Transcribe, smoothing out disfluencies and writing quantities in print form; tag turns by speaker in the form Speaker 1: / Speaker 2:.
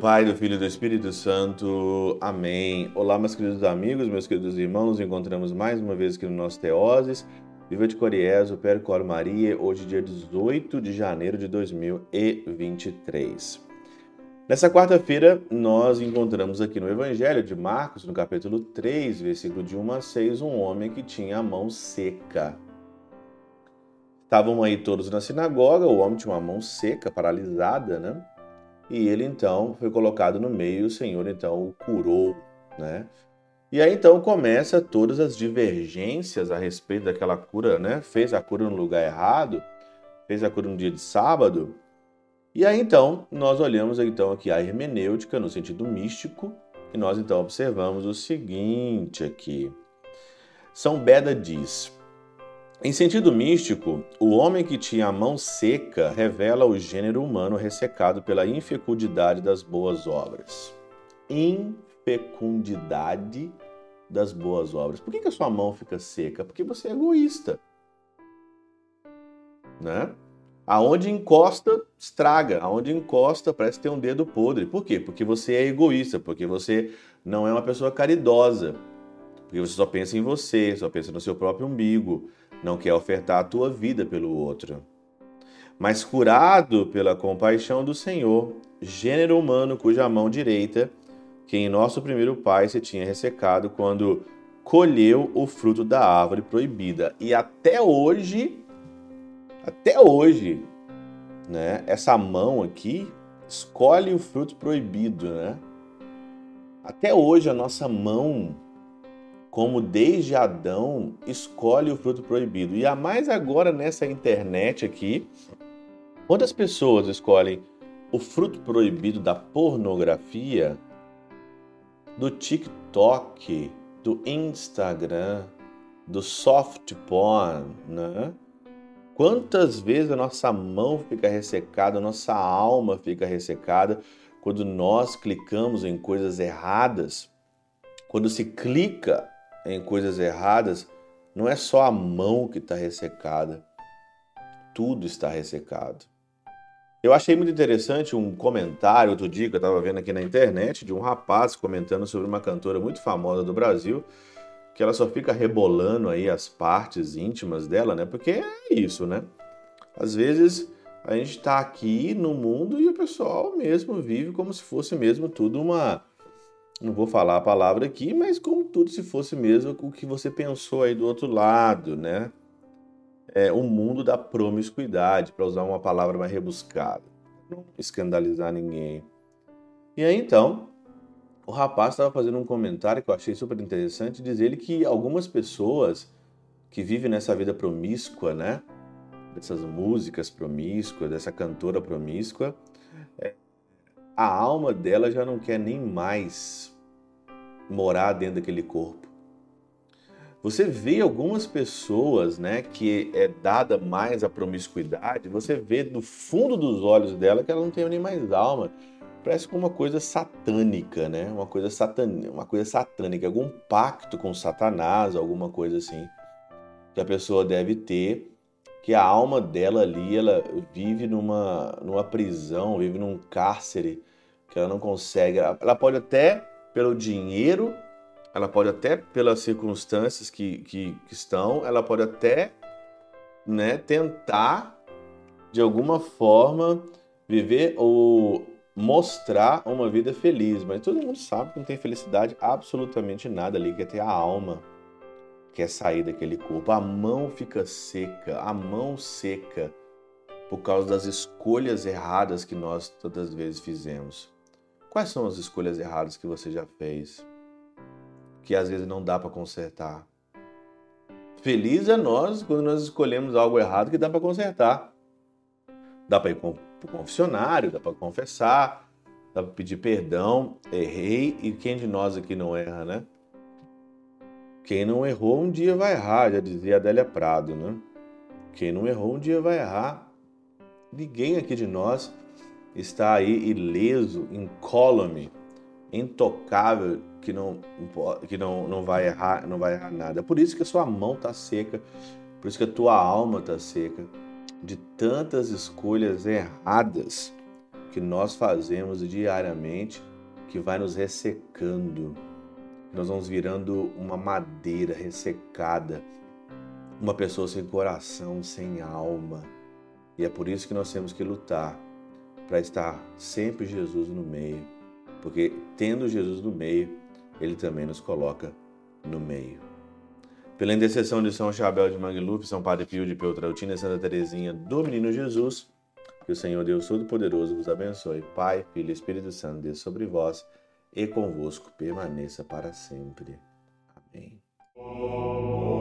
Speaker 1: Pai, do Filho e do Espírito Santo. Amém. Olá, meus queridos amigos, meus queridos irmãos. Nos encontramos mais uma vez aqui no nosso Teoses. Viva de Coriésio, Percor Maria, hoje dia 18 de janeiro de 2023. Nessa quarta-feira, nós encontramos aqui no Evangelho de Marcos, no capítulo 3, versículo de 1 a 6, um homem que tinha a mão seca. Estavam aí todos na sinagoga, o homem tinha uma mão seca, paralisada, né? E ele então foi colocado no meio, o Senhor então o curou, né? E aí então começa todas as divergências a respeito daquela cura, né? Fez a cura no lugar errado, fez a cura no dia de sábado. E aí então nós olhamos então aqui a hermenêutica no sentido místico e nós então observamos o seguinte aqui. São Beda diz: em sentido místico, o homem que tinha a mão seca revela o gênero humano ressecado pela infecundidade das boas obras. Infecundidade das boas obras. Por que a sua mão fica seca? Porque você é egoísta, né? Aonde encosta, estraga. Aonde encosta, parece ter um dedo podre. Por quê? Porque você é egoísta, porque você não é uma pessoa caridosa, porque você só pensa em você, só pensa no seu próprio umbigo, não quer ofertar a tua vida pelo outro. Mas curado pela compaixão do Senhor, gênero humano cuja mão direita, que em nosso primeiro pai se tinha ressecado quando colheu o fruto da árvore proibida. E até hoje, né, essa mão aqui escolhe o fruto proibido, né? Até hoje a nossa mão, como desde Adão, escolhe o fruto proibido. E há mais agora nessa internet aqui, quantas pessoas escolhem o fruto proibido da pornografia, do TikTok, do Instagram, do soft porn, né? Quantas vezes a nossa mão fica ressecada, a nossa alma fica ressecada quando nós clicamos em coisas erradas. Quando se clica em coisas erradas, não é só a mão que está ressecada, tudo está ressecado. Eu achei muito interessante um comentário outro dia que eu estava vendo aqui na internet de um rapaz comentando sobre uma cantora muito famosa do Brasil, que ela só fica rebolando aí as partes íntimas dela, né? Porque é isso, né? Às vezes a gente está aqui no mundo e o pessoal mesmo vive como se fosse mesmo tudo uma... Não vou falar a palavra aqui, mas como tudo se fosse mesmo o que você pensou aí do outro lado, né? É o mundo da promiscuidade, para usar uma palavra mais rebuscada. Não escandalizar ninguém. E aí então, o rapaz estava fazendo um comentário que eu achei super interessante, diz ele que algumas pessoas que vivem nessa vida promíscua, né? Dessas músicas promíscuas, dessa cantora promíscua, a alma dela já não quer nem mais morar dentro daquele corpo. Você vê algumas pessoas, né, que é dada mais a promiscuidade, você vê no fundo dos olhos dela que ela não tem nem mais alma. Parece como uma coisa satânica, né? Uma coisa satânica, algum pacto com Satanás, alguma coisa assim, que a pessoa deve ter, que a alma dela ali, ela vive numa prisão, vive num cárcere, que ela não consegue. Ela pode até, pelo dinheiro, ela pode até, pelas circunstâncias que estão, ela pode até, né, tentar, de alguma forma, viver ou mostrar uma vida feliz. Mas todo mundo sabe que não tem felicidade absolutamente nada ali, quer ter a alma, quer sair daquele corpo. A mão fica seca, a mão seca, por causa das escolhas erradas que nós tantas vezes fizemos. Quais são as escolhas erradas que você já fez? Que às vezes não dá para consertar. Feliz é nós quando nós escolhemos algo errado que dá para consertar. Dá para ir para o confessionário, dá para confessar, dá para pedir perdão. Errei, e quem de nós aqui não erra, né? Quem não errou um dia vai errar, já dizia Adélia Prado, né? Quem não errou um dia vai errar. Ninguém aqui de nós está aí ileso, incólume, intocável, que não vai errar, não vai errar nada. Por isso que a sua mão está seca, por isso que a tua alma está seca, de tantas escolhas erradas que nós fazemos diariamente que vai nos ressecando. Nós vamos virando uma madeira ressecada, uma pessoa sem coração, sem alma. E é por isso que nós temos que lutar para estar sempre Jesus no meio, porque tendo Jesus no meio, Ele também nos coloca no meio. Pela intercessão de São Chabel de Mangluf, São Padre Pio de Peltrautina e Santa Teresinha do Menino Jesus, que o Senhor Deus Todo-Poderoso vos abençoe. Pai, Filho e Espírito Santo, desça sobre vós e convosco permaneça para sempre. Amém.